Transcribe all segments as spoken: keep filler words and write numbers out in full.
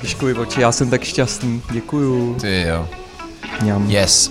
Piškuj oči, já jsem tak šťastný, děkuju. Ty jo. Mňam. Yes.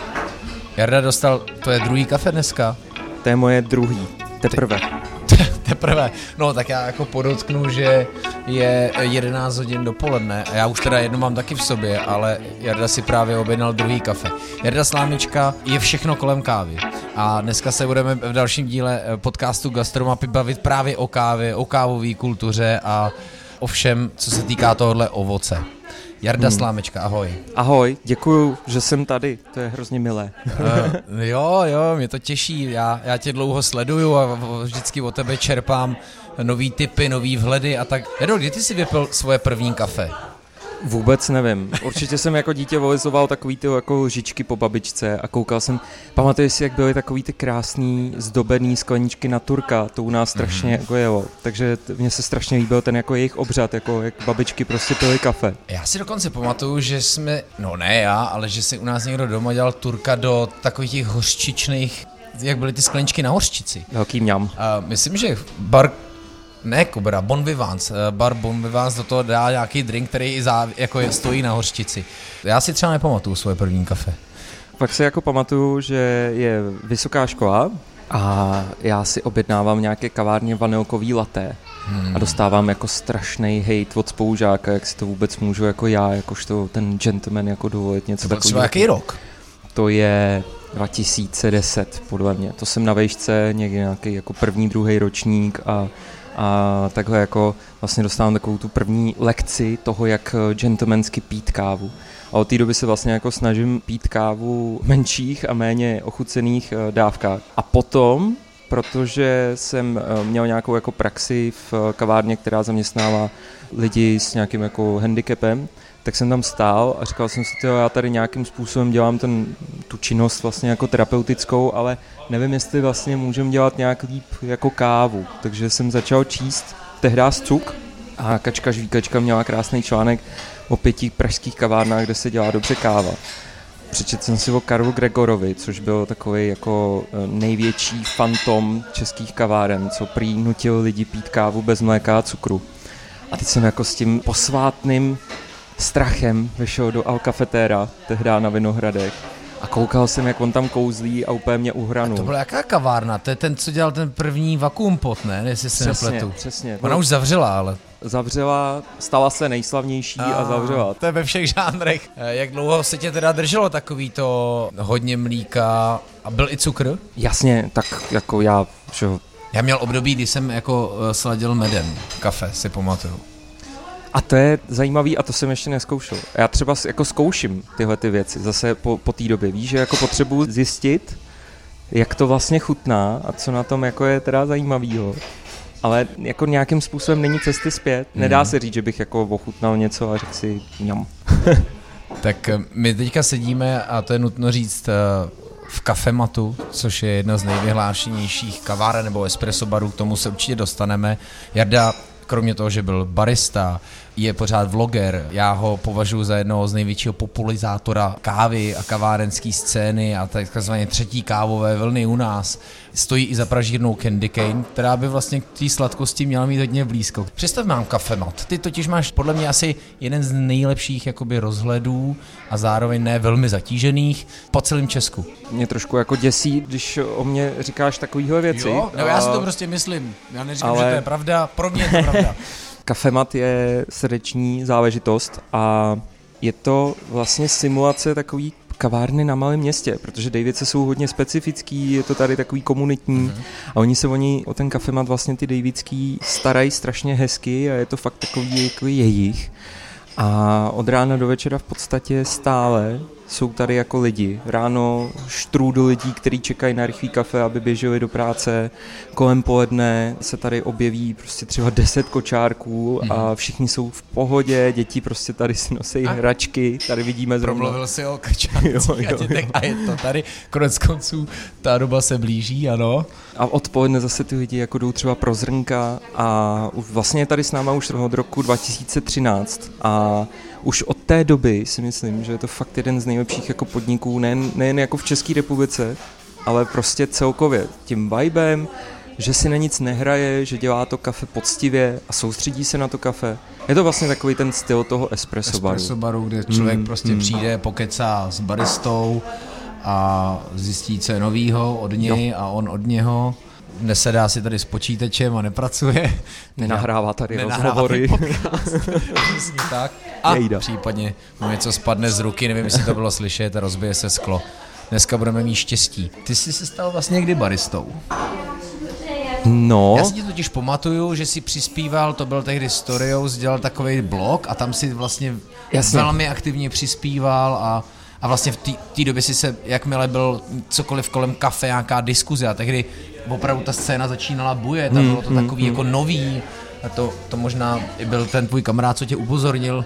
Jarda dostal, to je druhý kafe dneska. To je moje druhý, teprve. Teprve. No tak já jako podotknu, že je jedenáct hodin dopoledne a já už teda jedno mám taky v sobě, ale Jarda si právě objednal druhý kafe. Jarda Slámička je všechno kolem kávy. A dneska se budeme v dalším díle podcastu Gastromapy bavit právě o kávě, o kávové kultuře a o všem, co se týká tohohle ovoce. Jarda hmm. Slámečka, ahoj. Ahoj, děkuju, že jsem tady, to je hrozně milé. uh, jo, jo, mě to těší, já, já tě dlouho sleduju a vždycky od tebe čerpám nový tipy, nový vhledy a tak. Jardo, kdy ty jsi vypil svoje první kafe? Vůbec nevím. Určitě jsem jako dítě volizoval takový ty jako lžičky po babičce a koukal jsem, pamatuješ si, jak byly takový ty krásný zdobený skleničky na Turka, to u nás strašně mm-hmm. jako jelo. Takže mně se strašně líbil ten jako jejich obřad, jako jak babičky prostě pily kafe. Já si dokonce pamatuju, že jsme, no ne já, ale že si u nás někdo doma dělal Turka do takových těch hořčičných, jak byly ty skleničky na hořčici. Velký mňam. A myslím, že bar... Ne Kubra, Bon Vivance, bar Bon Vivance do toho dá nějaký drink, který i zá, jako je, stojí na hořčici. Já si třeba nepamatuju svoje první kafe. Pak si jako pamatuju, že je vysoká škola a já si objednávám nějaké kavárně vanilkový latte hmm. a dostávám jako strašný hejt od spolužáka, jak si to vůbec můžu jako já, jakožto ten gentleman jako dovolit něco takového. To byl třeba jaký rok? To je dva tisíce deset podle mě. To jsem na vejšce někdy nějaký jako první, druhý ročník a A takhle jako vlastně dostávám takovou tu první lekci toho, jak gentlemansky pít kávu. A od té doby se vlastně jako snažím pít kávu v menších a méně ochucených dávkách. A potom, protože jsem měl nějakou jako praxi v kavárně, která zaměstnává lidi s nějakým jako handicapem, tak jsem tam stál a říkal jsem si, tyjo, já tady nějakým způsobem dělám ten, tu činnost vlastně jako terapeutickou, ale nevím, jestli vlastně můžeme dělat nějak líp jako kávu. Takže jsem začal číst tehdy Cuk a Kačka Žvíkačka měla krásný článek o pěti pražských kavárnách, kde se dělá dobře káva. Přečetl jsem si o Karlu Gregorovi, což byl takový jako největší fantom českých kaváren, co prý nutil lidi pít kávu bez mléka a cukru. A teď jsem jako s tím posvátným strachem vyšel do Alcafetéra, tehdy na Vinohradech. A koukal jsem, jak on tam kouzlí a úplně mě uhranul. A to byla jaká kavárna? To je ten, co dělal ten první vakuumpot, ne? Jestli se přesně, nepletu. Přesně. Ona no, už zavřela, ale... Zavřela, stala se nejslavnější a, a zavřela. To je ve všech žánrech. Jak dlouho se tě teda drželo takový to hodně mlíka a byl i cukr? Jasně, tak jako já, že... Já měl období, kdy jsem jako sladil medem kafe, si pamatuju. A to je zajímavý a to jsem ještě neskoušel. Já třeba jako zkouším tyhle ty věci zase po, po té době. Víš, že jako potřebuji zjistit, jak to vlastně chutná a co na tom jako je teda zajímavýho. Ale jako nějakým způsobem není cesty zpět. Nedá hmm. se říct, že bych jako ochutnal něco a řekl si mňam. Tak my teďka sedíme a to je nutno říct v Kafematu, což je jedna z nejvyhlášenějších kaváren nebo espresso barů, k tomu se určitě dostaneme. Jarda, kromě toho, že byl barista, je pořád vloger. Já ho považuji za jednoho z největšího popularizátora kávy a kavárenské scény a takzvaně třetí kávové vlny u nás. Stojí i za pražírnou Candy Cane, která by vlastně k té sladkosti měla mít hodně blízko. Představ mám Kafemat. Ty totiž máš podle mě asi jeden z nejlepších jakoby rozhledů a zároveň ne velmi zatížených po celém Česku. Mě trošku jako děsí, když o mě říkáš takovýhle věci. Jo, no já si to prostě myslím. Já neříkám, ale... že to je pravda, pro mě je to pravda. Kafemat je srdeční záležitost a je to vlastně simulace takový kavárny na malém městě, protože Davidse jsou hodně specifický, je to tady takový komunitní mm-hmm. a oni se oni o ten Kafemat vlastně ty Davidský starají strašně hezky a je to fakt takový jako jejich. A od rána do večera v podstatě stále jsou tady jako lidi. Ráno štrůdu lidí, kteří čekají na rychlý kafe, aby běželi do práce. Kolem poledne se tady objeví prostě třeba deset kočárků a všichni jsou v pohodě, děti prostě tady si nosí hračky, tady vidíme zrovna. Promluvil si o kočárcích a dětech a je to tady. Konec konců ta doba se blíží, ano. A odpoledne zase ty lidi jako jdou třeba pro zrnka a vlastně je tady s náma už od roku dva tisíce třináct a už od té doby si myslím, že je to fakt jeden z nejlepších jako podniků, nejen, nejen jako v České republice, ale prostě celkově tím vibem, že si na nic nehraje, že dělá to kafe poctivě a soustředí se na to kafe. Je to vlastně takový ten styl toho espresso baru. Espresso baru, kde člověk mm, prostě mm. přijde, pokecá s baristou a zjistí, co je novýho od něj jo. a on od něho. Nesedá si tady s počítačem a nepracuje. Nenahrává tady rozhovory. Přesně tak. A Nejda. případně mu něco spadne z ruky, nevím, jestli to bylo slyšet a rozbije se sklo. Dneska budeme mít štěstí. Ty jsi se stal vlastně kdy baristou? No. Já si ti totiž pamatuju, že jsi přispíval, to byl tehdy Storious, dělal takový blog a tam si vlastně Jasně. velmi aktivně přispíval a, a vlastně v té době si se, jakmile byl cokoliv kolem kafe, nějaká diskuze a tehdy opravdu ta scéna začínala bujet a bylo to takový hmm, jako nový. A to, to možná i byl ten tvůj kamarád, co tě upozornil.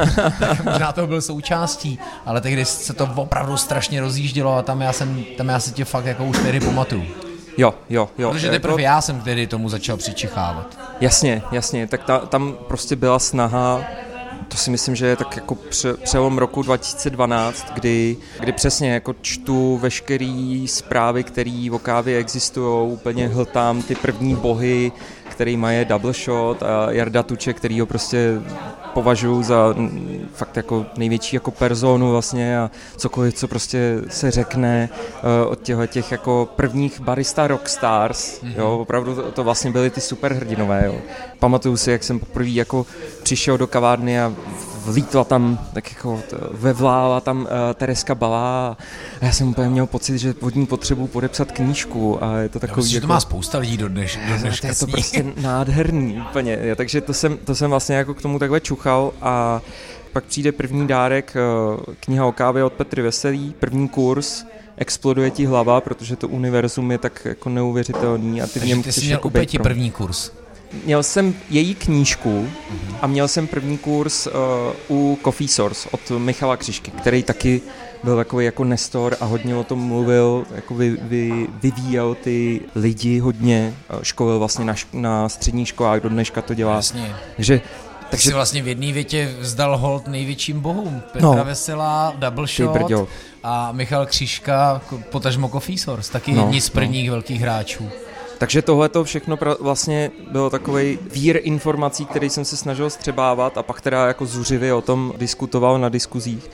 Možná toho byl součástí, ale tehdy se to opravdu strašně rozjíždělo a tam já, jsem, tam já si tě fakt jako už tehdy pamatuju. Jo, jo, jo. Protože teprve já jsem tehdy tomu začal přičichávat. Jasně, jasně, tak ta, tam prostě byla snaha, to si myslím, že je tak jako pře, přelom roku dva tisíce dvanáct, kdy, kdy přesně jako čtu veškerý zprávy, které o kávě existují, úplně hltám ty první bohy, který mají double shot a Jarda Tuček, který ho prostě považuji za fakt jako největší jako personu vlastně a cokoliv, co prostě se řekne uh, od těchto těch jako prvních barista rockstars, mm-hmm. jo, opravdu to, to vlastně byly ty superhrdinové, jo. Pamatuju si, jak jsem poprvé jako přišel do kavárny a vlítla tam, tak jako vevlála tam uh, Tereska Balá a já jsem úplně měl pocit, že od ní potřebuji podepsat knížku a je to takový... Jo, jako... to má spousta lidí do dneš, do dneška. Je to prostě nádherný úplně, ja, takže to jsem, to jsem vlastně jako k tomu takhle čuchal a pak přijde první dárek, uh, kniha o kávě od Petry Veselý, první kurz, exploduje ti hlava, protože to univerzum je tak jako neuvěřitelný a ty v něm chceš jsi měl jako úplně pro... první kurz. Měl jsem její knížku mm-hmm. a měl jsem první kurz uh, u Coffee Source od Michala Křižky, který taky byl takový jako nestor a hodně o tom mluvil, jako vy, vy, vyvíjel ty lidi hodně, školil vlastně na, na středních školách, do dneška to dělá. Jasně. Takže Takže si vlastně v jedné větě vzdal hold největším bohům. Petra no. Veselá, Double Shot a Michal Křížka, potažmo Coffee Source, taky no, jedni z prvních no. velkých hráčů. Takže tohle to všechno pra- vlastně bylo takovej vír informací, který jsem se snažil střebávat a pak teda jako zuřivě o tom diskutoval na diskuzích.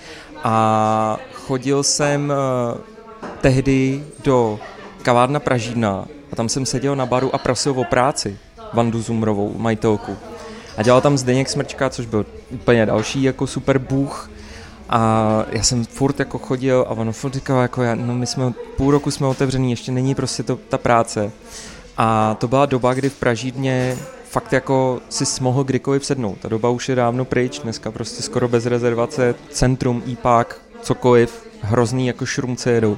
A chodil jsem uh, tehdy do kavárna Pražína a tam jsem seděl na baru a prosil o práci Vandu Zumrovou, majitelku. A dělal tam Zdeněk Smrčka, což byl úplně další jako super bůh. A já jsem furt jako chodil a ono furt říkal, jako já, no my jsme půl roku jsme otevřený, ještě není prostě to, ta práce. A to byla doba, kdy v Pražídně fakt jako si mohl kdykoliv sednout. Ta doba už je dávno pryč, dneska prostě skoro bez rezervace, centrum, ípák, cokoliv, hrozný jako šrumce jedou.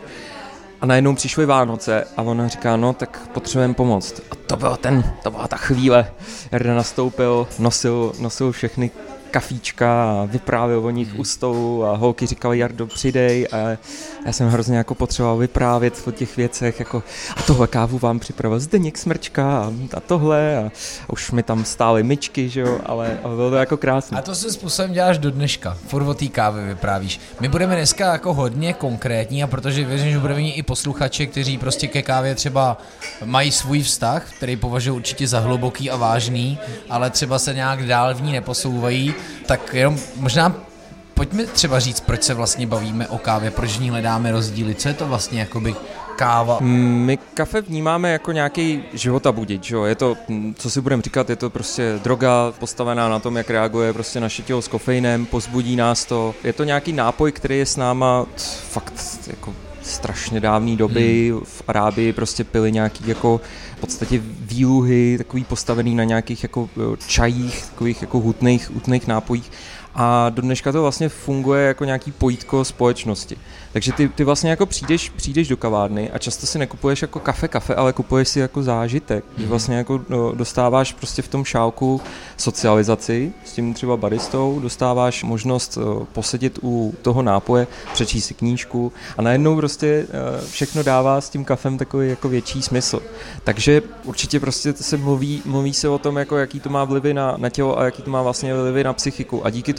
A najednou přišly Vánoce a ona říká, no tak potřebujeme pomoct. A to byl ten, to byla ta chvíle. Jarda nastoupil, nosil, nosil všechny kafíčka a vyprávěl o nich u stolu a holky říkali, Jardo, přidej a já jsem hrozně jako potřeboval vyprávět o těch věcech jako a tohle kávu vám připravil Zdeněk Smrčka a, a tohle a, a už mi tam stály myčky, že jo, ale, ale bylo to jako krásné. A to svým způsobem děláš do dneška, furt o té kávě vyprávíš. My budeme dneska jako hodně konkrétní a protože věřím, že budeme mít i posluchače, kteří prostě ke kávě třeba mají svůj vztah, který považují určitě za hluboký a vážný, ale třeba se nějak dál v ní neposouvají. Tak jenom možná pojďme třeba říct, proč se vlastně bavíme o kávě, proč v ní hledáme rozdíly, co je to vlastně jakoby káva? My kafe vnímáme jako nějaký životabudič, jo? Je to, co si budeme říkat, je to prostě droga postavená na tom, jak reaguje prostě naše tělo s kofeinem, pozbudí nás to. Je to nějaký nápoj, který je s náma fakt jako strašně dávné doby, hmm. v Arábii prostě pili nějaký jako v podstatě výluhy, takový postavený na nějakých jako čajích, takových jako hutných, hutných nápojích a do dneška to vlastně funguje jako nějaký pojítko společnosti. Takže ty, ty vlastně jako přijdeš, přijdeš do kavárny a často si nekupuješ jako kafe, kafe, ale kupuješ si jako zážitek. Mm-hmm. Vlastně jako no, dostáváš prostě v tom šálku socializaci s tím třeba baristou, dostáváš možnost uh, posedět u toho nápoje, přečíst si knížku a najednou prostě uh, všechno dává s tím kafem takový jako větší smysl. Takže určitě prostě se mluví, mluví se o tom, jako jaký to má vlivy na, na tělo a jaký to má vlastně vlivy na psychiku. A díky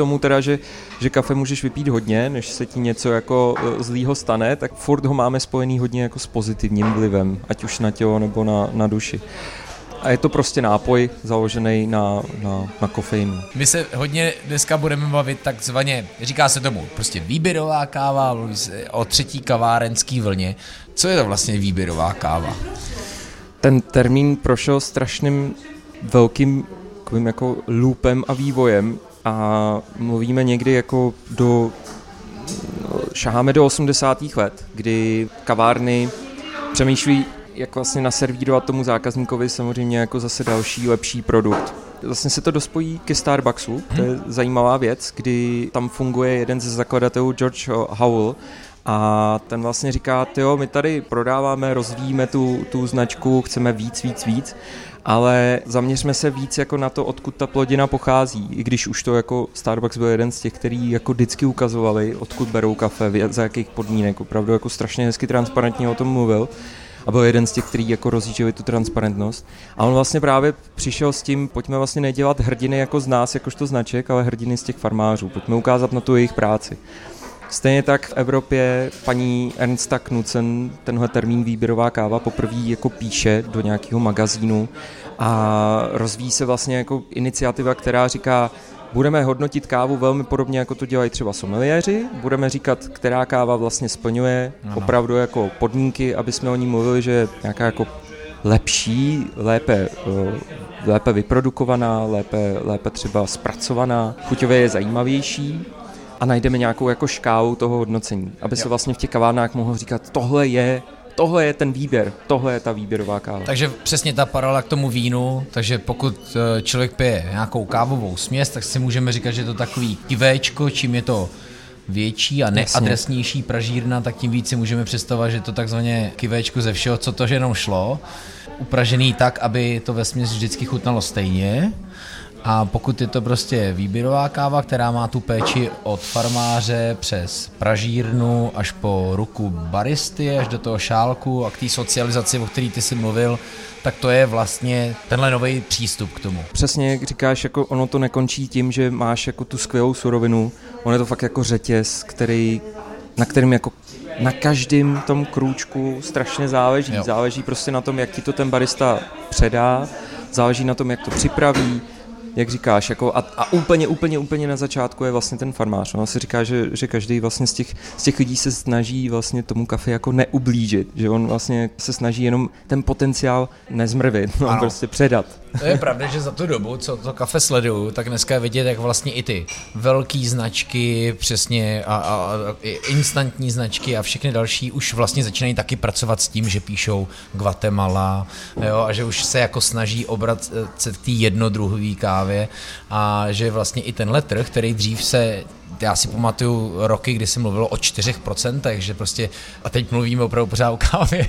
tomu teda, že, že kafe můžeš vypít hodně, než se ti něco jako zlýho stane, tak furt ho máme spojený hodně jako s pozitivním vlivem, ať už na tělo nebo na, na duši. A je to prostě nápoj založený na, na, na kofeinu. My se hodně dneska budeme bavit takzvaně, říká se tomu prostě výběrová káva, mluví se o třetí kavárenský vlně. Co je to vlastně výběrová káva? Ten termín prošel strašným velkým jako loopem a vývojem a mluvíme někdy jako do, šaháme do osmdesátých let, kdy kavárny přemýšlí, jak vlastně naservírovat tomu zákazníkovi samozřejmě jako zase další lepší produkt. Vlastně se to dospojí ke Starbucksu, to je zajímavá věc, kdy tam funguje jeden ze zakladatelů George Howell a ten vlastně říká, tyjo, my tady prodáváme, rozvíjíme tu, tu značku, chceme víc, víc, víc, ale zaměřme se víc jako na to, odkud ta plodina pochází, i když už to jako Starbucks byl jeden z těch, který jako vždycky ukazovali, odkud berou kafe, za jakých podmínek, opravdu jako strašně hezky transparentně o tom mluvil. A byl jeden z těch, který jako rozjížděli tu transparentnost. A on vlastně právě přišel s tím, pojďme vlastně nedělat hrdiny jako z nás, jakožto značek, ale hrdiny z těch farmářů. Pojďme ukázat na tu jejich práci. Stejně tak v Evropě paní Ernsta Knudsen tenhle termín výběrová káva poprvé jako píše do nějakého magazínu a rozvíjí se vlastně jako iniciativa, která říká, budeme hodnotit kávu velmi podobně, jako to dělají třeba sommeliéři, budeme říkat, která káva vlastně splňuje Aha. opravdu jako podmínky, aby jsme o ní mluvili, že je nějaká jako lepší, lépe, lépe vyprodukovaná, lépe, lépe třeba zpracovaná, chuťově je zajímavější a najdeme nějakou jako škálu toho hodnocení, aby se vlastně v těch kavárnách mohlo říkat, tohle je Tohle je ten výběr, tohle je ta výběrová káva. Takže přesně ta paralela k tomu vínu, takže pokud člověk pije nějakou kávovou směs, tak si můžeme říkat, že je to takový kivéčko, čím je to větší a neadresnější pražírna, tak tím víc si můžeme představovat, že je to takzvaně kivéčko ze všeho, co to jenom šlo, upražený tak, aby to vesměs vždycky chutnalo stejně. A pokud je to prostě výběrová káva, která má tu péči od farmáře přes pražírnu až po ruku baristy, až do toho šálku a k té socializaci, o který ty jsi mluvil, tak to je vlastně tenhle nový přístup k tomu. Přesně, jak říkáš, jako ono to nekončí tím, že máš jako tu skvělou surovinu, ono je to fakt jako řetěz, který, na kterým jako na každém tom krůčku strašně záleží. Jo. Záleží prostě na tom, jak ti to ten barista předá, záleží na tom, jak to připraví, jak říkáš, jako a, a úplně, úplně, úplně na začátku je vlastně ten farmář. On si říká, že, že každý vlastně z těch, z těch lidí se snaží vlastně tomu kafe jako neublížit, že on vlastně se snaží jenom ten potenciál nezmrvit, no, prostě předat. To je pravda, že za tu dobu, co to kafe sleduju, tak dneska je vidět, jak vlastně i ty velký značky, přesně a, a, a instantní značky a všechny další už vlastně začínají taky pracovat s tím, že píšou Guatemala, jo, a že už se jako snaží obracet k té jednodruhové kávě a že vlastně i tenhle trh, který dřív se, já si pamatuju roky, kdy se mluvilo o čtyři procenta, že prostě, a teď mluvíme opravdu pořád o kávě,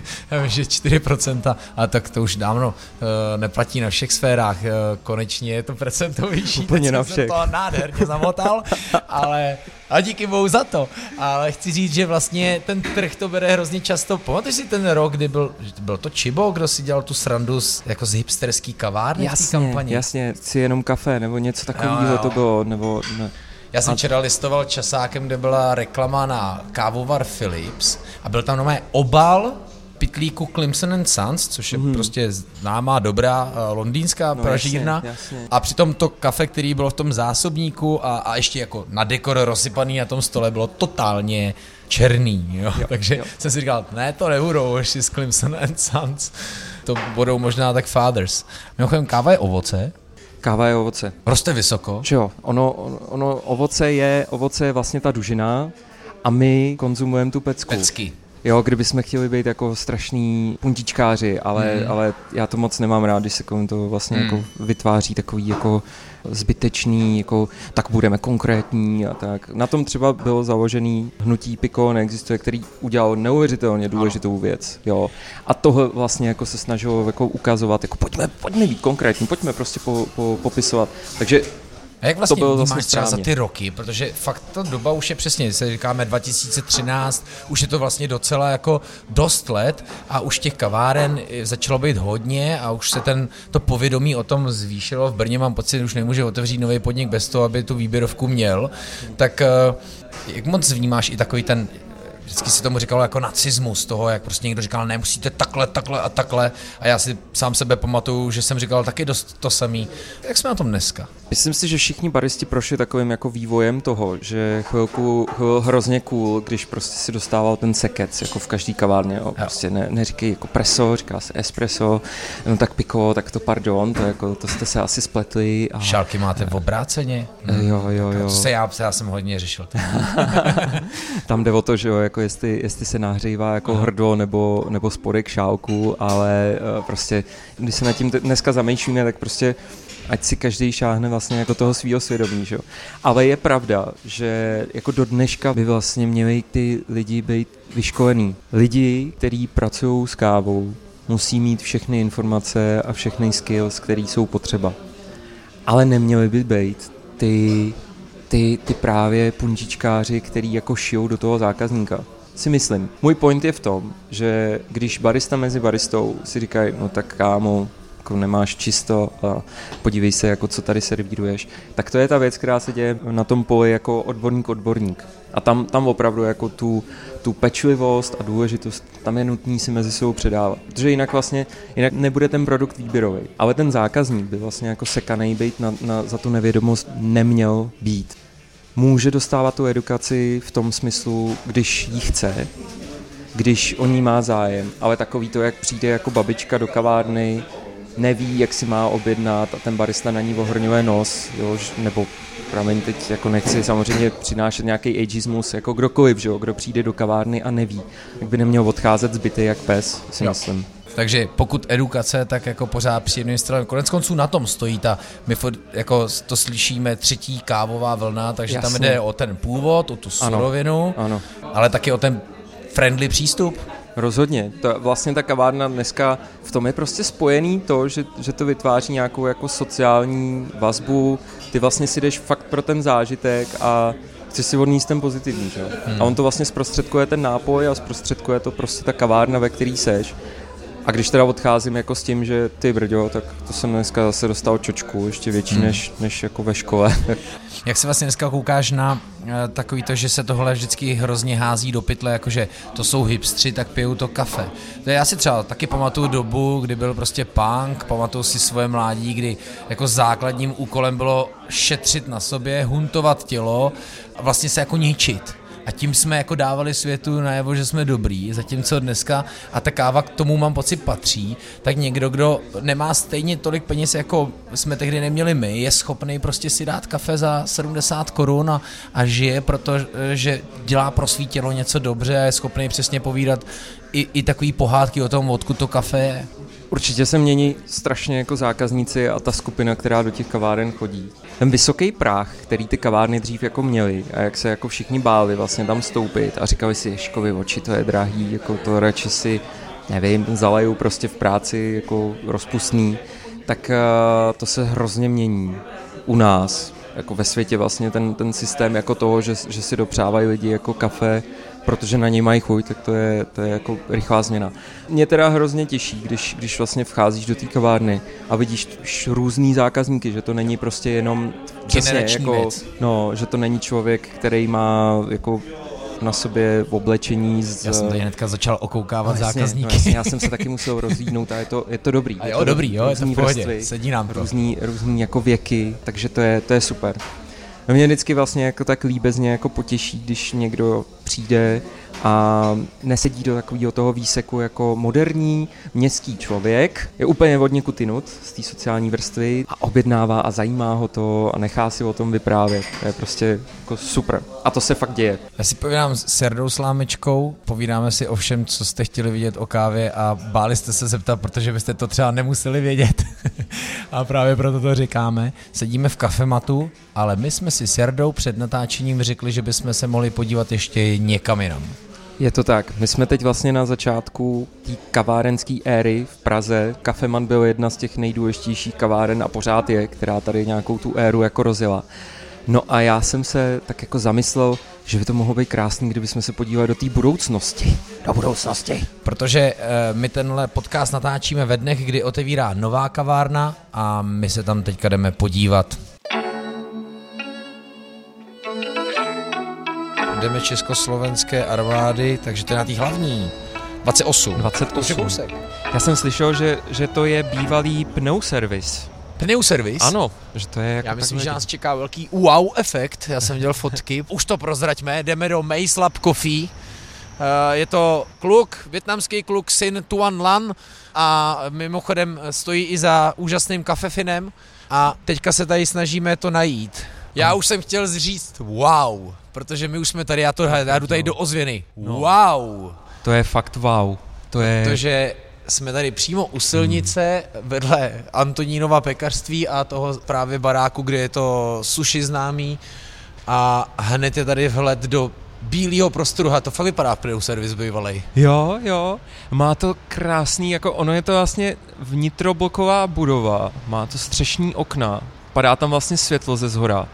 že čtyři procenta, a tak to už dávno uh, neplatí na všech sférách, uh, konečně je to procento vyšší, úplně na všech. To nádherně zamotal, ale a díky bohu za to, ale chci říct, že vlastně ten trh to bere hrozně často. Pamatuješ si ten rok, kdy byl, byl to Chibo, kdo si dělal tu srandu z, jako z hipsterský kavárny jasně, v té kampani? Jasně, chci jenom kafe, nebo něco takového to bylo, nebo ne. Já jsem včera listoval časákem, kde byla reklama na kávovar Philips a byl tam normálně obal pytlíku Clemson and Sons, což je hmm. prostě známá, dobrá uh, londýnská no, pražírna. Jasně, jasně. A přitom to kafe, který bylo v tom zásobníku a, a ještě jako na dekor rozsypaný na tom stole, bylo totálně černý. Jo? Jo, Takže jo. jsem si říkal, ne, to nebudou ještě s Clemson and Sons. To budou možná tak Fathers. Mimochodem, káva je ovoce. Káva je ovoce. Roste vysoko. Že jo, ono, ono, ovoce je, ovoce je vlastně ta dužina a my konzumujeme tu pecku. Pecky. Jo, kdybychom chtěli být jako strašní puntičkáři, ale, mm. ale já to moc nemám rád, když se kolem toho vlastně mm. jako vytváří takový jako zbytečný, jako tak budeme konkrétní a tak. Na tom třeba bylo založený hnutí Pico neexistuje, který udělal neuvěřitelně důležitou ano. věc. Jo. A tohle vlastně jako se snažilo jako ukazovat, jako pojďme, pojďme být konkrétní, pojďme prostě po, po, popisovat. Takže a A jak vlastně to vnímáš třeba za ty roky, protože fakt ta doba už je přesně, se říkáme dva tisíce třináct, už je to vlastně docela jako dost let a už těch kaváren začalo být hodně a už se ten, to povědomí o tom zvýšilo. V Brně mám pocit, že už nemůže otevřít nový podnik bez toho, aby tu výběrovku měl. Tak jak moc vnímáš i takový ten, vždycky si tomu říkalo jako nacismus toho, jak prostě někdo říkal, ne, musíte takhle, takhle a takhle. A já si sám sebe pamatuju, že jsem říkal taky dost to samý. Jak jsme na tom dneska? Myslím si, že všichni baristi prošli takovým jako vývojem toho, že chvilku byl hrozně cool, když prostě si dostával ten sekec, jako v každý kavárně. Jo. Prostě ne, neříkej jako preso, říká se espresso, no tak pico, tak to pardon, to, jako, to jste se asi spletli. A... Šálky máte v obráceně? Hmm. Jo, jo, jo. To se já, já jsem hodně řešil. Tam jde o to, že jo, jako jestli, jestli se nahřívá jako Aha. hrdlo nebo, nebo spodek šálku, ale uh, prostě, když se nad tím dneska zamýšlíme, tak prostě ať si každý šáhne vlastně jako toho svýho svědomí, že jo. Ale je pravda, že jako do dneška by vlastně měli ty lidi být vyškolení. Lidi, kteří pracují s kávou, musí mít všechny informace a všechny skills, které jsou potřeba. Ale neměli by být ty, ty, ty právě puntičkáři, který jako šijou do toho zákazníka. Si myslím. Můj point je v tom, že když barista mezi baristou si říkají, no tak kámo, jako nemáš čisto a podívej se, jako co tady servíruješ, tak to je ta věc, která se děje na tom poli jako odborník odborník. A tam, tam opravdu jako tu, tu pečlivost a důležitost, tam je nutný si mezi sebou předávat. Protože jinak vlastně, jinak nebude ten produkt výběrový. Ale ten zákazník by vlastně jako sekanej být na, na, za tu nevědomost neměl být. Může dostávat tu edukaci v tom smyslu, když ji chce, když o ní má zájem, ale takový to, jak přijde jako babička do kavárny, neví, jak si má objednat a ten barista na ní ohrňuje nos, jo, nebo promiň, teď jako nechci samozřejmě přinášet nějaký ageismus, jako kdokoliv, že jo, kdo přijde do kavárny a neví, tak by neměl odcházet zbytej jak pes, si jo. myslím. Takže pokud edukace, tak jako pořád příjemným stylem. Konec konců na tom stojí ta, my jako to slyšíme, třetí kávová vlna, takže Jasně. tam jde o ten původ, o tu surovinu, ano, ano. ale taky o ten friendly přístup. Rozhodně. To, vlastně ta kavárna dneska v tom je prostě spojený to, že, že to vytváří nějakou jako sociální vazbu. Ty vlastně si jdeš fakt pro ten zážitek a chceš si odníst ten pozitivní, že? Hmm. A on to vlastně zprostředkuje ten nápoj a zprostředkuje to prostě ta kavárna, ve který seš. A když teda odcházím jako s tím, že ty brďo, tak to jsem dneska zase dostal čočku, ještě větší hmm. než, než jako ve škole. Jak se vlastně dneska koukáš na uh, takový to, že se tohle vždycky hrozně hází do pytle, jakože to jsou hipstři, tak pijou to kafe. To já si třeba taky pamatuju dobu, kdy byl prostě punk, pamatuju si svoje mládí, kdy jako základním úkolem bylo šetřit na sobě, huntovat tělo a vlastně se jako ničit. A tím jsme jako dávali světu najevo, že jsme dobrý, zatímco dneska, a ta káva k tomu mám pocit patří, tak někdo, kdo nemá stejně tolik peněz, jako jsme tehdy neměli my, je schopný prostě si dát kafe za sedmdesát korun a, a žije, protože dělá pro svý tělo něco dobře a je schopný přesně povídat i, i takový pohádky o tom, odkud to kafe je. Určitě se mění strašně jako zákazníci a ta skupina, která do těch kaváren chodí. Ten vysoký práh, který ty kavárny dřív jako měli a jak se jako všichni báli vlastně tam stoupit a říkali si, Ježkovi oči, to je drahý, jako to radši si, nevím, zalejou prostě v práci jako rozpustný, tak uh, to se hrozně mění u nás, jako ve světě vlastně ten, ten systém jako toho, že, že si dopřávají lidi jako kafe, protože na něj mají chuť, tak to je, to je jako rychlá změna. Mě teda hrozně těší, když, když vlastně vcházíš do té kavárny a vidíš různý zákazníky, že to není prostě jenom přesně jako, no, že to není člověk, který má jako na sobě v oblečení z... Já jsem tady hnedka začal okoukávat no, jasně, zákazníky. No, jasně, já jsem se taky musel rozlídnout a je to, je to dobrý. A jo, je to dobrý, jo, je to v pohodě, vrstvy, sedí nám to. Různý, různý jako věky, takže to je, to je super. No mě vždycky vlastně jako tak líbezně jako potěší, když někdo přijde a nesedí do takového toho výseku jako moderní městský člověk, je úplně od někud jinut z té sociální vrstvy a objednává a zajímá ho to a nechá si o tom vyprávět. To je prostě jako super. A to se fakt děje. Já si povídám s Jardou Slámečkou, povídáme si o všem, co jste chtěli vidět o kávě a báli jste se zeptat, protože byste to třeba nemuseli vědět. A právě proto to říkáme. Sedíme v kafematu, ale my jsme si s Jardou před natáčením řekli, že bychom se mohli podívat ještě někam jinam. Je to tak. My jsme teď vlastně na začátku té kavárenské éry v Praze. Kafeman byl jedna z těch nejdůležitějších kaváren a pořád je, která tady nějakou tu éru jako rozjela. No a já jsem se tak jako zamyslel, že by to mohlo být krásný, kdybychom se podívali do té budoucnosti. Do budoucnosti. Protože e, my tenhle podcast natáčíme ve dnech, kdy otevírá nová kavárna a my se tam teďka jdeme podívat. Jdeme československé armády, takže to je na té hlavní. dvacet osm. dvacet osm. Já jsem slyšel, že, že to je bývalý pneuservis. Pneuservis? Ano, že to je jako já myslím, takhle... že nás čeká velký wow efekt, já jsem dělal fotky, už to prozraďme, jdeme do Maze Lab Coffee, uh, je to kluk, vietnamský kluk, syn Tuan Lan a mimochodem stojí i za úžasným kafefinem a teďka se tady snažíme to najít. Já už jsem chtěl říct wow, protože my už jsme tady, já, to, já jdu tady do ozvěny, wow. To je fakt wow, to je... Protože jsme tady přímo u silnice hmm. vedle Antonínova pekařství a toho právě baráku, kde je to sushi známý a hned je tady vhled do bílého prostoru a to fakt vypadá v pneuservis bývalej. Jo, jo, má to krásný, jako ono je to vlastně vnitrobloková budova, má to střešní okna, padá tam vlastně světlo ze zhora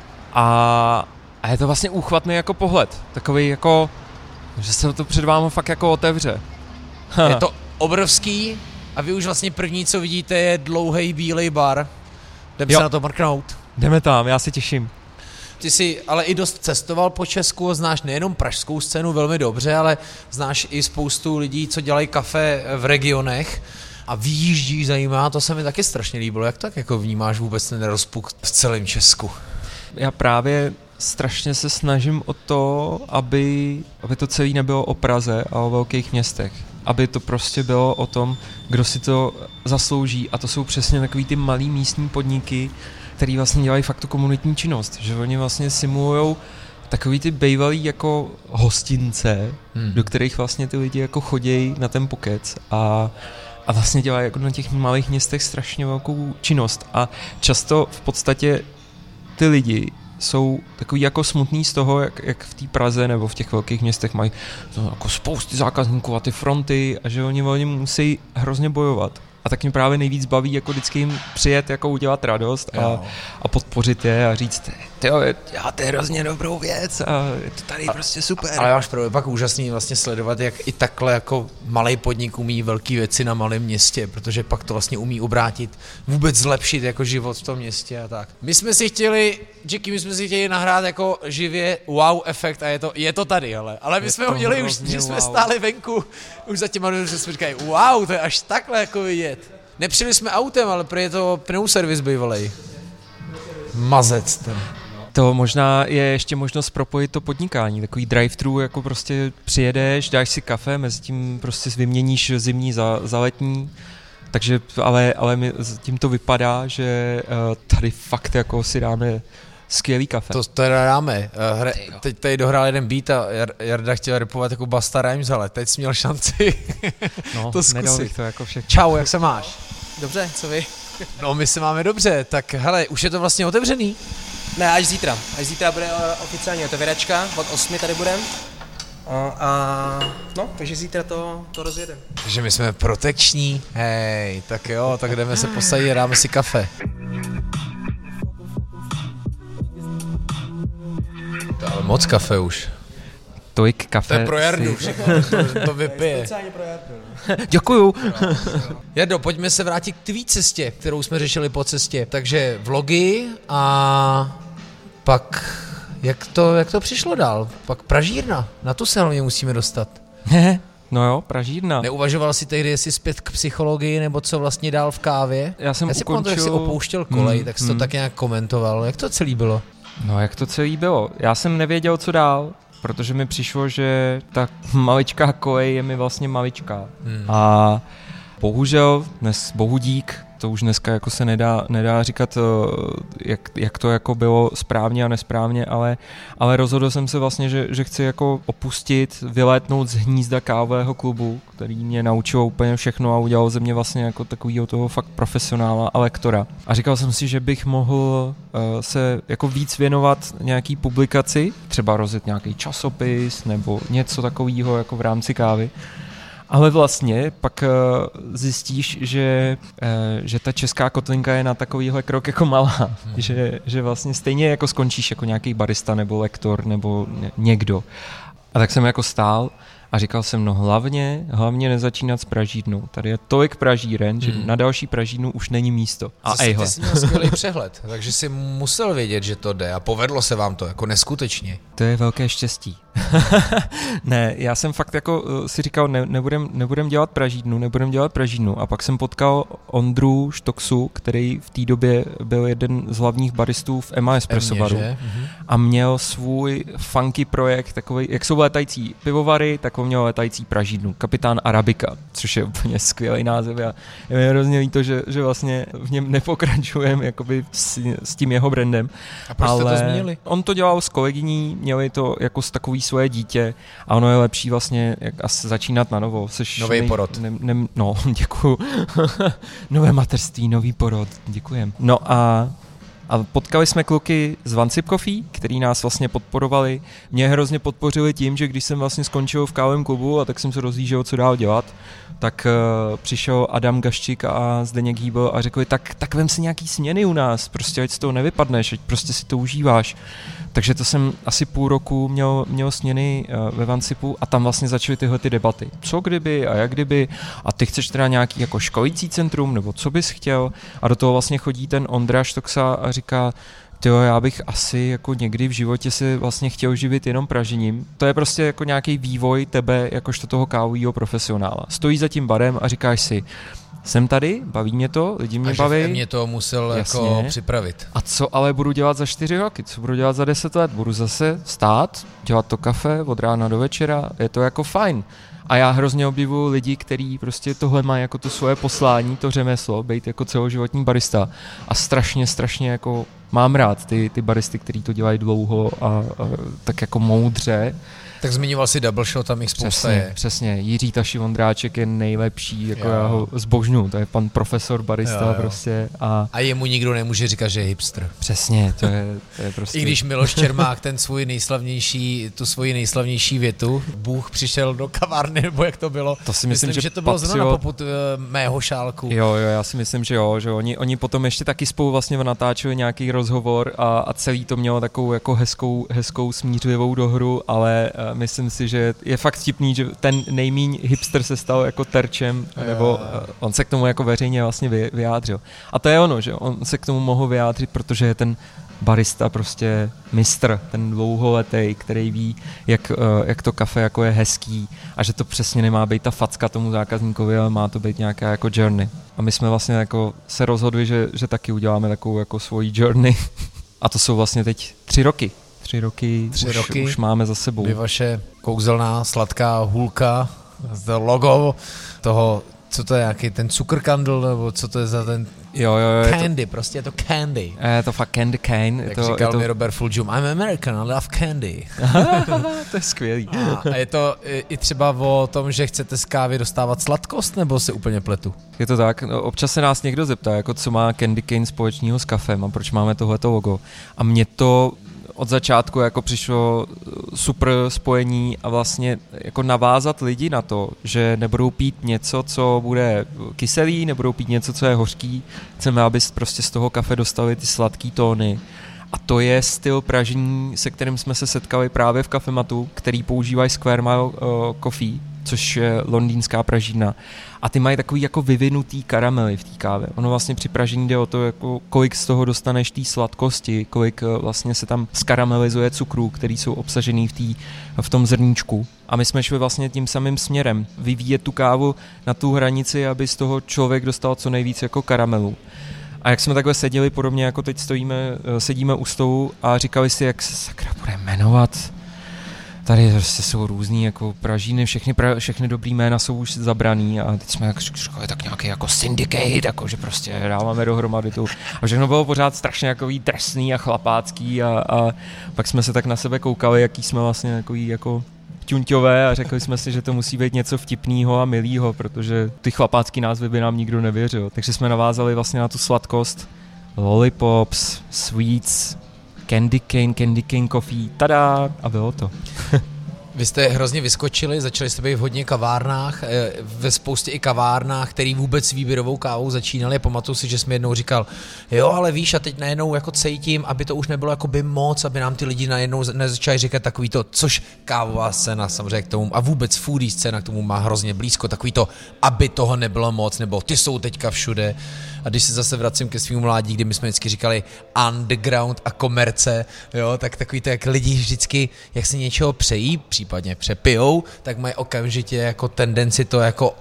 a, a je to vlastně úchvatný jako pohled, takový jako, že se to před vámi fakt jako otevře. Je to obrovský a vy už vlastně první, co vidíte, je dlouhý bílej bar. Jdeme se na to mrknout. Jdeme tam, já se těším. Ty jsi ale i dost cestoval po Česku, znáš nejenom pražskou scénu velmi dobře, ale znáš i spoustu lidí, co dělají kafe v regionech a vyjíždí, zajímá, to se mi taky strašně líbilo. Jak tak jako vnímáš vůbec ten rozpuk v celém Česku? Já právě strašně se snažím o to, aby, aby to celé nebylo o Praze a o velkých městech. Aby to prostě bylo o tom, kdo si to zaslouží a to jsou přesně takový ty malý místní podniky, který vlastně dělají fakt tu komunitní činnost, že oni vlastně simulujou takový ty bejvalý jako hostince, hmm. do kterých vlastně ty lidi jako chodějí na ten pokec a, a vlastně dělají jako na těch malých městech strašně velkou činnost a často v podstatě ty lidi jsou takový jako smutný z toho, jak, jak v té Praze nebo v těch velkých městech mají no, jako spousty zákazníků a ty fronty a že oni, oni musí hrozně bojovat. A tak mě právě nejvíc baví jako vždycky jim přijet, jako udělat radost a, a podpořit je a říct, tyjo, děláte hrozně dobrou věc a je to tady a, prostě super. Ale máš pravdu, pak úžasný vlastně sledovat, jak i takhle jako malej podnik umí velké věci na malém městě, protože pak to vlastně umí obrátit, vůbec zlepšit jako život v tom městě a tak. My jsme si chtěli, Jackie, my jsme si chtěli nahrát jako živě wow efekt a je to, je to tady, ale, ale my je jsme ho měli už, že jsme wow. stáli venku, už za těma lidmi jsme říkali, wow, to je až takhle jako vidět. Nepřijeli jsme autem, ale prý je to pneuservis bývalej. Mazec ten. To možná je ještě možnost propojit to podnikání, takový drive-thru, jako prostě přijedeš, dáš si kafe, mezi tím prostě vyměníš zimní za, za letní, takže, ale, ale my, tím to vypadá, že uh, tady fakt jako si dáme skvělý kafe. To teda dáme. Hre, teď tady dohrál jeden beat a Jarda chtěl rapovat jako Busta Rhymes, ale teď jsi měl šanci no, to zkusit. To jako všechno. Čau, jak se máš? Dobře, co vy? No my se máme dobře, tak hele, už je to vlastně otevřený? Ne, až zítra. Až zítra bude oficiální otevíračka, od osmi tady budem. A, a no, takže zítra to, to rozjedeme. Takže my jsme protekční, hej, tak jo, tak jdeme se posadit a dáme si kafe. To ale moc kafe už. Tolik kafe. To je pro Jardu všechno, to, to vypije. Speciálně pro Jardu. Děkuju. Jardo, pojďme se vrátit k tvý cestě, kterou jsme řešili po cestě. Takže vlogy a pak jak to, jak to přišlo dál? Pak pražírna, na tu se hlavně musíme dostat. No jo, pražírna. Neuvažoval jsi tehdy, jestli zpět k psychologii, nebo co vlastně dál v kávě? Já jsem Já si ukončil... pamatuju, jak jsi opouštěl kolej, hmm, tak jsi hmm. to tak nějak komentoval. Jak to celý bylo? No jak to celý bylo? Já jsem nevěděl, co dál, protože mi přišlo, že ta maličká kolej je mi vlastně maličká. Hmm. A bohužel, dnes bohu dík, to už dneska jako se nedá, nedá říkat, jak, jak to jako bylo správně a nesprávně, ale, ale rozhodl jsem se vlastně, že, že chci jako opustit, vylétnout z hnízda kávového klubu, který mě naučil úplně všechno a udělal ze mě vlastně jako takovýho toho fakt profesionála a lektora. A říkal jsem si, že bych mohl uh, se jako víc věnovat nějaký publikaci, třeba rozjet nějaký časopis nebo něco takového jako v rámci kávy. Ale vlastně pak uh, zjistíš, že, uh, že ta česká kotlinka je na takovýhle krok jako malá, hmm. že, že vlastně stejně jako skončíš jako nějaký barista nebo lektor nebo někdo. A tak jsem jako stál a říkal jsem, no hlavně, hlavně nezačínat s pražírnou. Tady je tolik pražíren, že hmm. na další pražírnu už není místo. A Zase ejhle. Ty jsi měl skvělý přehled, takže jsi musel vědět, že to jde a povedlo se vám to jako neskutečně. To je velké štěstí. Ne, já jsem fakt jako uh, si říkal, ne, nebudem, nebudem dělat pražírnu, nebudem dělat pražírnu a pak jsem potkal Ondru Štoksu, který v té době byl jeden z hlavních baristů v Emma Espresso baru a měl svůj funky projekt, takový, jak jsou létající pivovary, tak on měl létající pražírnu, Kapitán Arabika, což je úplně skvělý název a je mi hrozně líto, že, že vlastně v něm nepokračujeme jakoby s, s tím jeho brandem. A proč jste to zmínili? On to dělal s kolegyní, měli to jako s takový svoje dítě a ono je lepší vlastně jak asi začínat na novo. Seš nový nej, porod. Ne, ne, no, děkuju. Nové mateřství, nový porod, děkujem. No a A potkali jsme kluky z One Sip Coffee, který nás vlastně podporovali. Mě hrozně podpořili tím, že když jsem vlastně skončil v kávovém klubu a tak jsem se rozjížděl, co dál dělat, tak uh, přišel Adam Gaščík a Zdeněk Hýbl a řekli, tak, tak vem si nějaký směny u nás, prostě ať z toho nevypadneš, ať prostě si to užíváš. Takže to jsem asi půl roku měl, měl směny uh, ve One Sipu a tam vlastně začaly tyhle ty debaty. Co kdyby a jak kdyby a ty chceš teda nějaký jako školící centrum nebo co bys chtěl a do toho vlastně chodí ten Ondra Štoksa a říká, tyjo, já bych asi jako někdy v životě si vlastně chtěl živit jenom pražením. To je prostě jako nějaký vývoj tebe jakožto toho kávového profesionála. Stojí za tím barem a říkáš si, jsem tady, baví mě to, lidi mě a baví. A mě to musel Jasně. jako připravit. A co ale budu dělat za čtyři roky? Co budu dělat za deset let? Budu zase stát, dělat to kafe od rána do večera, je to jako fajn. A já hrozně obdivuju lidi, kteří prostě tohle mají jako to svoje poslání, to řemeslo, být jako celoživotní barista. A strašně, strašně jako mám rád ty, ty baristy, kteří to dělají dlouho a, a tak jako moudře. Tak zmiňoval si Double Shot, tam jich spousta přesně, je. Přesně, Jiří Taši Vondráček je nejlepší, jako jo. Já ho zbožňuju, to je pan profesor barista jo, jo. prostě. A, a jemu nikdo nemůže říkat, že je hipster. Přesně, to je, to je prostě... I když Miloš Čermák ten svůj nejslavnější, tu svoji nejslavnější větu, Bůh přišel do kavárny, nebo jak to bylo. To si myslím, myslím že, že to bylo patřilo... zrovna na popud uh, mého šálku. Jo, jo, já si myslím, že jo, že oni, oni potom ještě taky spolu vlastně natáčeli nějaký rozhovor a, a celý to mělo takovou jako hezkou, hezkou smířlivou dohru, ale uh, myslím si, že je fakt vtipný, že ten nejmíň hipster se stal jako terčem, nebo on se k tomu jako veřejně vlastně vyjádřil. A to je ono, že on se k tomu mohl vyjádřit, protože je ten barista prostě mistr, ten dlouholetý, který ví, jak, jak to kafe jako je hezký a že to přesně nemá být ta facka tomu zákazníkovi, ale má to být nějaká jako journey. A my jsme vlastně jako se rozhodli, že, že taky uděláme takovou jako svoji journey. A to jsou vlastně teď tři roky. Tři roky, Tři už, roky už máme za sebou. Vy vaše kouzelná, sladká hůlka, to logo toho, co to je, nějaký ten cukrkandl, nebo co to je za ten jo, jo, jo, candy, je to, prostě je to candy. Je to fakt candy cane. Jak to, říkal je to... mi Robert Fulgium, I'm American, I love candy. To je skvělý. A je to i, i třeba o tom, že chcete z kávy dostávat sladkost, nebo se úplně pletu? Je to tak, no, občas se nás někdo zeptá, jako co má candy cane společného s kafem a proč máme tohleto logo. A mě to od začátku jako přišlo super spojení a vlastně jako navázat lidi na to, že nebudou pít něco, co bude kyselý, nebudou pít něco, co je hořký. Chceme, aby prostě z toho kafe dostali ty sladký tóny. A to je styl pražení, se kterým jsme se setkali právě v Kafematu, který používají Square Mile uh, Coffee, což je londýnská pražírna. A ty mají takový jako vyvinutý karamely v té kávě. Ono vlastně při pražení jde o to, jako kolik z toho dostaneš té sladkosti, kolik vlastně se tam skaramelizuje cukrů, který jsou obsažený v, tý, v tom zrníčku. A my jsme šli vlastně tím samým směrem. Vyvíjet tu kávu na tu hranici, aby z toho člověk dostal co nejvíc jako karamelu. A jak jsme takhle seděli, podobně jako teď stojíme, sedíme u stolu a říkali si, jak se sakra bude jmenovat. tady prostě jsou různý jako Pražíny, všechny, pra, všechny dobrý jména jsou už zabraný a teď jsme jak, tak nějaký jako syndicate, jako že prostě dáváme dohromady tu. A všechno bylo pořád strašně jakový drsný a chlapácký a, a pak jsme se tak na sebe koukali, jaký jsme vlastně takový jako ťunťové a řekli jsme si, že to musí být něco vtipného a milého, protože ty chlapácký názvy by nám nikdo nevěřil. Takže jsme navázali vlastně na tu sladkost lollipops, sweets, candy cane, candy cane coffee, tada, a bylo to. Vy jste hrozně vyskočili, začali jste být v hodně kavárnách, ve spoustě i kavárnách, který vůbec s výběrovou kávou začínali. Pamatuju si, že jsme jednou říkal, jo, ale víš, a teď najednou jako cítím, aby to už nebylo jakoby moc, aby nám ty lidi najednou nezačali říkat takový to, což kávová scéna samozřejmě k tomu a vůbec foodie scéna k tomu má hrozně blízko, takový to, aby toho nebylo moc, nebo ty jsou teďka všude. A když se zase vracím ke svým mládí, kdy my jsme vždycky říkali underground a komerce, jo, tak takový to, jak lidi vždycky, jak se něčeho přejí, případně přepijou, tak mají okamžitě jako tendenci to jako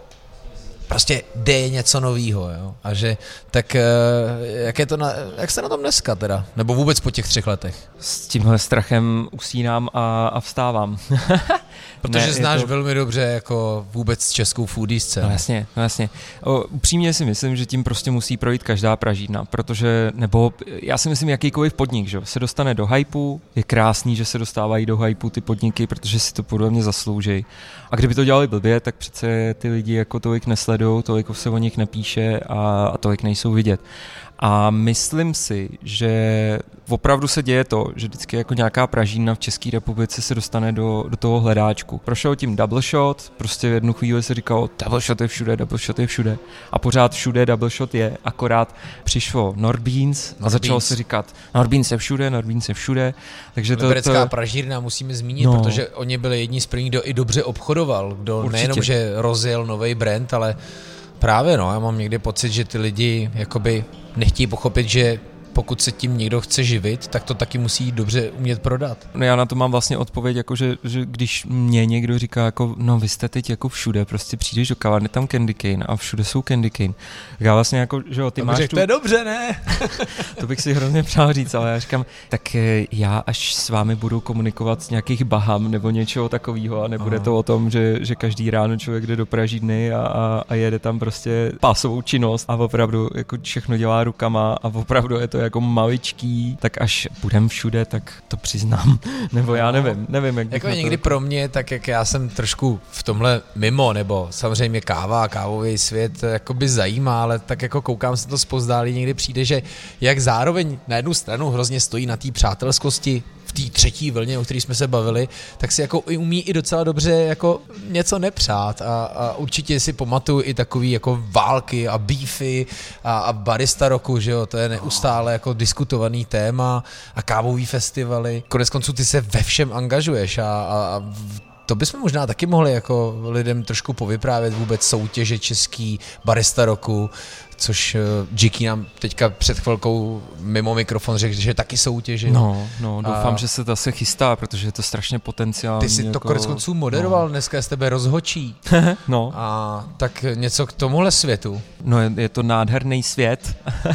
prostě jde něco novýho, jo. A že, tak jak je to na, jak jste na tom dneska teda? Nebo vůbec po těch třech letech? S tímhle strachem usínám a, a vstávám. Protože ne, znáš to... velmi dobře jako vůbec českou foodie scénu. No jasně, no jasně. O, upřímně si myslím, že tím prostě musí projít každá Pražídna, protože, nebo já si myslím, jakýkoliv podnik, že se dostane do hypeu, je krásný, že se dostávají do hypeu ty podniky, protože si to podle mě zaslouží. A kdyby to dělali blbě, tak přece ty lidi jako tolik nesledují, tolik se o nich nepíše a, a tolik nejsou vidět. A myslím si, že opravdu se děje to, že vždycky jako nějaká Pražína v České republice se dostane do, do toho hledáčku. Prošel tím double shot, prostě v jednu chvíli se říkalo double shot je všude, double shot je všude a pořád všude double shot je, akorát přišlo Nordbeans a začalo se říkat Nordbeans je všude, Nordbeans je všude. Takže to, Liberecká to... Pražírna musíme zmínit, no. Protože oni byli jedni z prvních, kdo i dobře obchodoval, kdo určitě. Nejenom, že rozjel nový brand, ale právě no, já mám někdy pocit, že ty lidi jakoby nechtějí pochopit, že pokud se tím někdo chce živit, tak to taky musí dobře umět prodat. No já na to mám vlastně odpověď, jako že, že když mě někdo říká, jako, no vy jste teď jako všude, prostě přijdeš do kavárny, tam candy cane a všude jsou candy cane. Já vlastně jako, že jo, ty to máš řek, tu... To je dobře, ne? To bych si hrozně přál říct, ale já říkám, tak já až s vámi budu komunikovat z nějakých Baham nebo něčeho takového a nebude Aha. to o tom, že, že každý ráno člověk jde do Pražídny a, a, a jede tam prostě pásovou činnost a opravdu jako všechno dělá rukama a opravdu je to jako maličký, tak až budem všude, tak to přiznám. Nebo já nevím, nevím, jak jako bych někdy to... pro mě, tak jak já jsem trošku v tomhle mimo, nebo samozřejmě káva a kávový svět jakoby zajímá, ale tak jako koukám se to zpozdálí, někdy přijde, že jak zároveň na jednu stranu hrozně stojí na té přátelskosti v té třetí vlně, o které jsme se bavili, tak si jako umí i docela dobře jako něco nepřát a, a určitě si pamatuju i takový jako války a beefy a, a barista roku, že jo, to je neustále jako diskutovaný téma a kávový festivaly. Konec konců ty se ve všem angažuješ a, a, a to bychom možná taky mohli jako lidem trošku povyprávět vůbec soutěže český barista roku, což uh, Jiky nám teďka před chvilkou mimo mikrofon řekl, že taky soutěže. No, no, doufám, a... že se to se chystá, protože je to strašně potenciální. Ty jsi jako... to konec konců moderoval, no. Dneska z tebe rozhočí. No. A tak něco k tomuhle světu. No je, je to nádherný svět.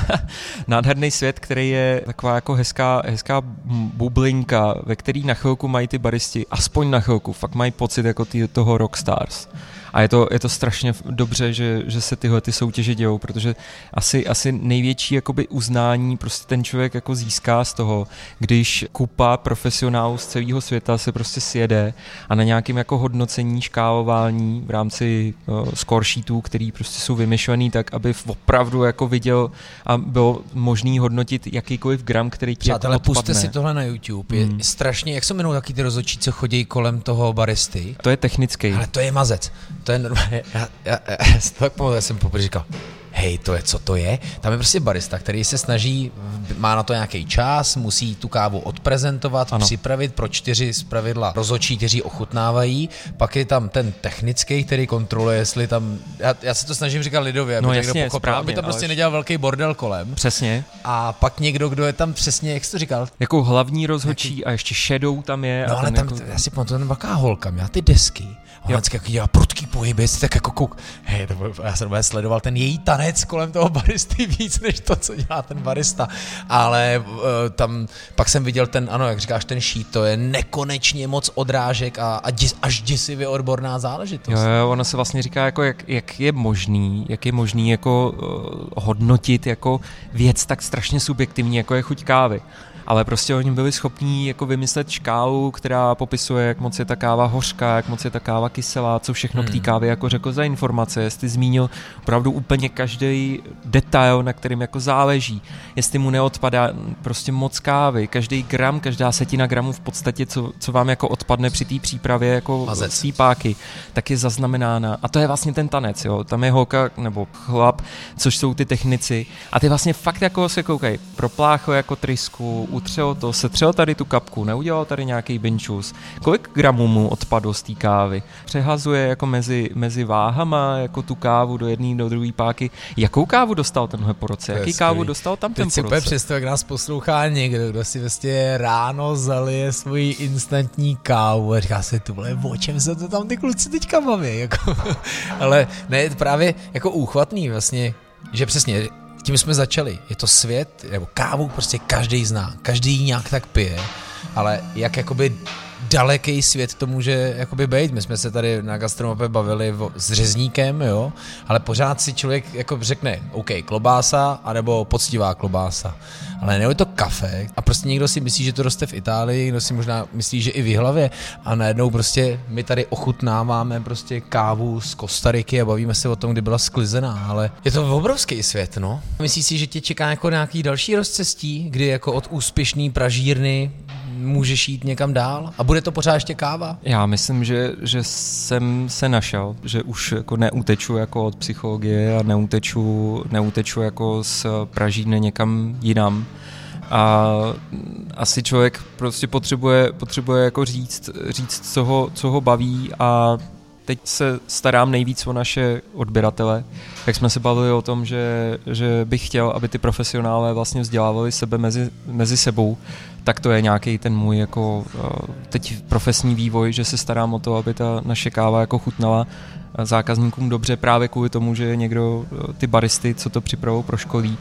Nádherný svět, který je taková jako hezká, hezká bublinka, ve který na chvilku mají ty baristi, aspoň na chvilku, fakt mají pocit jako tý, toho rockstars. A je to, je to strašně dobře, že, že se tyhle ty soutěže dějou, protože asi, asi největší jakoby uznání prostě ten člověk jako získá z toho, když kupa profesionálů z celého světa se prostě sjede a na nějakém jako hodnocení, škálování v rámci uh, score sheetů, který prostě jsou vymyšlený tak, aby opravdu jako viděl a bylo možný hodnotit jakýkoliv gram, který ti Přátelé, jako puste si tohle na YouTube. Je hmm. strašně, jak se jmenují taky ty rozhodčí, co chodí kolem toho baristy? To je technický. Ale to je mazec. To je normálně, já, já, já, já, tak já jsem poprvé říkal, hej, to je, co to je? Tam je prostě barista, který se snaží, má na to nějaký čas, musí tu kávu odprezentovat, ano. Připravit pro čtyři zpravidla rozhodčí, kteří ochutnávají, pak je tam ten technický, který kontroluje, jestli tam, já, já se to snažím říkat lidově, aby, no, jasně, někdo pochopil, správně, aby tam prostě ale... nedělal velký bordel kolem. Přesně. A pak někdo, kdo je tam přesně, jak jsi to říkal? Jako hlavní rozhodčí jaký... a ještě shadow tam je. No a ale tam, jako... já si pamatuju, tam velká holka, měla ty desky. A vždycky jako dělá prudký pohyby, jestli tak jako kouk. Hej, to byl, já jsem sledoval ten její tanec tanec kolem toho baristy víc, než to, co dělá ten barista. Ale uh, tam pak jsem viděl ten, ano, jak říkáš, ten šít, to je nekonečně moc odrážek a, a děs, až děsivě odborná záležitost. Jo, jo, ono se vlastně říká, jako jak, jak je možný, jak je možný jako uh, hodnotit jako věc tak strašně subjektivní, jako je chuť kávy. Ale prostě oni byli schopní jako vymyslet škálu, která popisuje, jak moc je ta káva hořká, jak moc je ta káva kyselá, co všechno hmm. k té kávě jako řekl za informace, jestli zmínil opravdu úplně každý detail, na kterým jako záleží, jestli mu neodpadá prostě moc kávy, každý gram, každá setina gramu v podstatě, co, co vám jako odpadne při té přípravě jako z té páky, tak je zaznamenána. A to je vlastně ten tanec, jo. Tam je holka nebo chlap, což jsou ty technici a ty vlastně fakt jako se koukaj, propláchl jako trysku, utřel to, setřel tady tu kapku, neudělal tady nějaký binčus, kolik gramů mu odpadlo z té kávy, přehazuje jako mezi, mezi váhama jako tu kávu do jedné, do druhé páky. Jakou kávu dostal tenhle po roce? Jaký kávu dostal tam ten po roce? Teď si úplně představ, jak nás poslouchá někdo, kdo si vlastně ráno zalije svoji instantní kávu a říká si, tohle, o čem se to tam ty kluci teďka baví? Jako, ale ne, právě jako úchvatný vlastně, že přesně tím jsme začali. Je to svět, nebo kávu prostě každý zná, každý ji nějak tak pije, ale jak jakoby daleký svět to může jakoby být. My jsme se tady na Gastromapě bavili o, s řezníkem, jo, ale pořád si člověk jako řekne, OK, klobása, anebo poctivá klobása. Ale nebo je to kafe a prostě někdo si myslí, že to roste v Itálii, někdo si možná myslí, že i v Jihlavě a najednou prostě my tady ochutnáváme prostě kávu z Kostariky a bavíme se o tom, kdy byla sklizená, ale je to obrovský svět, no. Myslíš si, že tě čeká jako nějaký další rozcestí, kdy jako od úspěšný pražírny můžeš jít někam dál a bude to pořád ještě káva? Já myslím, že, že jsem se našel, že už jako neuteču jako od psychologie a neuteču, neuteču jako z pražírny někam jinam. A asi člověk prostě potřebuje, potřebuje jako říct, říct co, ho, co ho baví a teď se starám nejvíc o naše odběratele. Jak jsme se bavili o tom, že, že bych chtěl, aby ty profesionálové vlastně vzdělávali sebe mezi, mezi sebou, tak to je nějaký ten můj jako teď profesní vývoj, že se starám o to, aby ta naše káva jako chutnala zákazníkům dobře právě kvůli tomu, že někdo ty baristy, co to připravují, proškolí.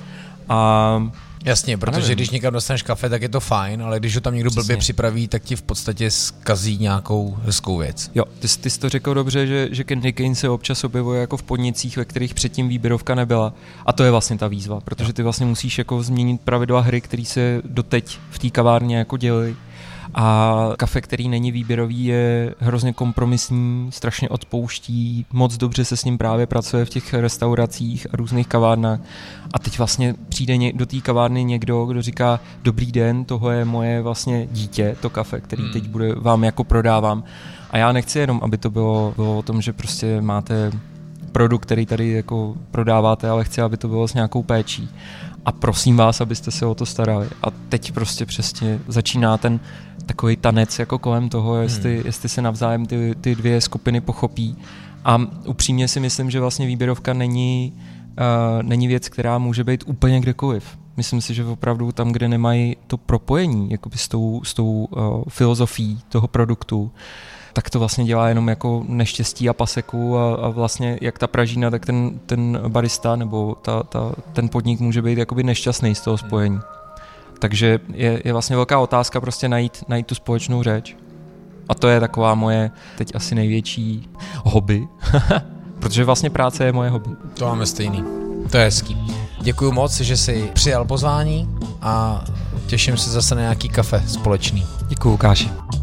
A jasně, protože když někam dostaneš kafe, tak je to fajn, ale když ho tam někdo blbě připraví, tak ti v podstatě zkazí nějakou hezkou věc. Jo, ty, ty jsi to řekl dobře, že, že candy cane se občas objevuje jako v podnicích, ve kterých předtím výběrovka nebyla. A to je vlastně ta výzva, protože ty vlastně musíš jako změnit pravidla hry, které se doteď v té kavárně jako dělají. A kafe, který není výběrový, je hrozně kompromisní, strašně odpouští, moc dobře se s ním právě pracuje v těch restauracích a různých kavárnách. A teď vlastně přijde do té kavárny někdo, kdo říká, dobrý den, tohle je moje vlastně dítě, to kafe, který hmm. teď bude vám jako prodávám. A já nechci jenom, aby to bylo, bylo o tom, že prostě máte produkt, který tady jako prodáváte, ale chci, aby to bylo s nějakou péčí. A prosím vás, abyste se o to starali. A teď prostě přesně začíná ten takový tanec jako kolem toho, jestli, hmm. jestli se navzájem ty, ty dvě skupiny pochopí. A upřímně si myslím, že vlastně výběrovka není, uh, není věc, která může být úplně kdekoliv. Myslím si, že opravdu tam, kde nemají to propojení jakoby s tou, s tou uh, filozofií toho produktu, tak to vlastně dělá jenom jako neštěstí a paseku a, a vlastně jak ta pražína, tak ten, ten barista nebo ta, ta, ten podnik může být jakoby nešťastný z toho spojení. Takže je, je vlastně velká otázka prostě najít, najít tu společnou řeč. A to je taková moje teď asi největší hobby, protože vlastně práce je moje hobby. To máme stejný. To je hezký. Děkuju moc, že jsi přijal pozvání a těším se zase na nějaký kafe společný. Děkuju, Káši.